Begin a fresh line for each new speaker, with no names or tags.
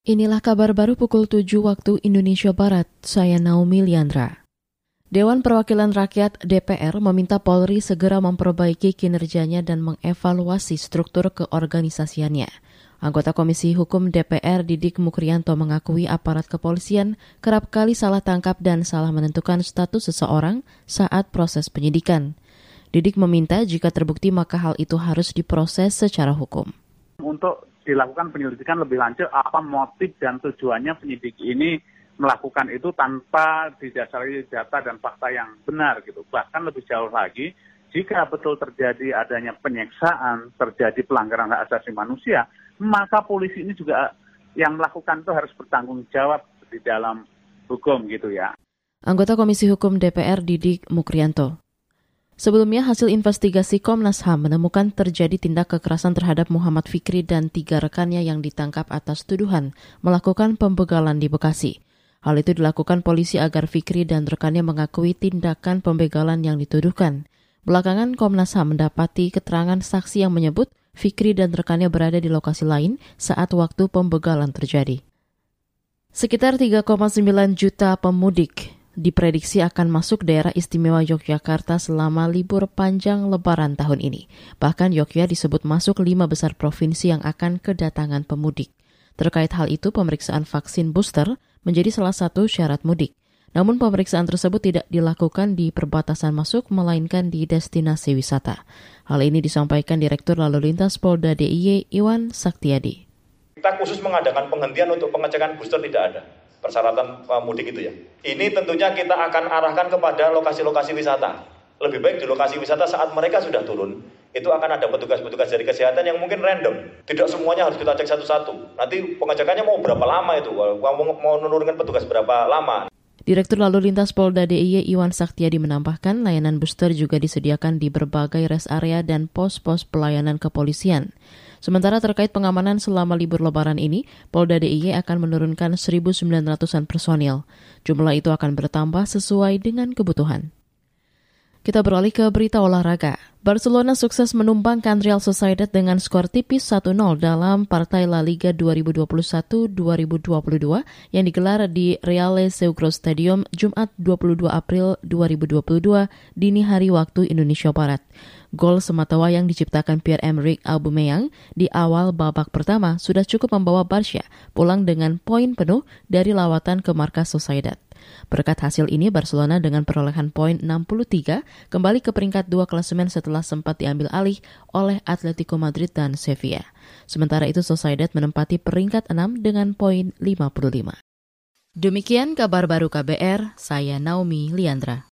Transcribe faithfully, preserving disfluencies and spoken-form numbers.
Inilah kabar baru pukul tujuh waktu Indonesia Barat, saya Naomi Liandra. Dewan Perwakilan Rakyat D P R meminta Polri segera memperbaiki kinerjanya dan mengevaluasi struktur keorganisasiannya. Anggota Komisi Hukum D P R Didik Mukrianto mengakui aparat kepolisian kerap kali salah tangkap dan salah menentukan status seseorang saat proses penyidikan. Didik meminta jika terbukti maka hal itu harus diproses secara hukum.
Untuk dilakukan penyelidikan lebih lanjut apa motif dan tujuannya penyidik ini melakukan itu tanpa didasari data dan fakta yang benar gitu. Bahkan lebih jauh lagi, jika betul terjadi adanya penyiksaan, terjadi pelanggaran hak asasi manusia, maka polisi ini juga yang melakukan itu harus bertanggung jawab di dalam hukum gitu ya.
Anggota Komisi Hukum D P R Didik Mukrianto. Sebelumnya, hasil investigasi Komnas H A M menemukan terjadi tindak kekerasan terhadap Muhammad Fikri dan tiga rekannya yang ditangkap atas tuduhan melakukan pembegalan di Bekasi. Hal itu dilakukan polisi agar Fikri dan rekannya mengakui tindakan pembegalan yang dituduhkan. Belakangan, Komnas H A M mendapati keterangan saksi yang menyebut Fikri dan rekannya berada di lokasi lain saat waktu pembegalan terjadi. Sekitar tiga koma sembilan juta pemudik diprediksi akan masuk daerah istimewa Yogyakarta selama libur panjang Lebaran tahun ini. Bahkan Yogyakarta disebut masuk lima besar provinsi yang akan kedatangan pemudik. Terkait hal itu, pemeriksaan vaksin booster menjadi salah satu syarat mudik. Namun pemeriksaan tersebut tidak dilakukan di perbatasan masuk, melainkan di destinasi wisata. Hal ini disampaikan Direktur Lalu Lintas Polda D I Y Iwan Saktiadi.
Kita khusus mengadakan penghentian untuk pengecekan booster tidak ada. Persyaratan mudik itu ya. Ini tentunya kita akan arahkan kepada lokasi-lokasi wisata. Lebih baik di lokasi wisata saat mereka sudah turun, itu akan ada petugas-petugas dari kesehatan yang mungkin random. Tidak semuanya harus kita cek satu-satu. Nanti pengecekannya mau berapa lama itu, mau, mau menurunkan petugas berapa lama.
Direktur Lalu Lintas Polda D I Y Iwan Saktiadi menambahkan layanan booster juga disediakan di berbagai rest area dan pos-pos pelayanan kepolisian. Sementara terkait pengamanan selama libur Lebaran ini, Polda D I Y akan menurunkan seribu sembilan ratusan personil. Jumlah itu akan bertambah sesuai dengan kebutuhan. Kita beralih ke berita olahraga. Barcelona sukses menumbangkan Real Sociedad dengan skor tipis satu nol dalam partai La Liga dua ribu dua puluh satu dua ribu dua puluh dua yang digelar di Real Seucro Stadium Jumat dua puluh dua April dua ribu dua puluh dua dini hari waktu Indonesia Barat. Gol sematawayang diciptakan Pierre-Emerick Aubameyang di awal babak pertama sudah cukup membawa Barca pulang dengan poin penuh dari lawatan ke markas Sociedad. Berkat hasil ini, Barcelona dengan perolehan poin enam puluh tiga kembali ke peringkat dua klasemen setelah sempat diambil alih oleh Atletico Madrid dan Sevilla. Sementara itu, Sociedad menempati peringkat enam dengan poin lima puluh lima. Demikian kabar baru K B R, saya Naomi Liandra.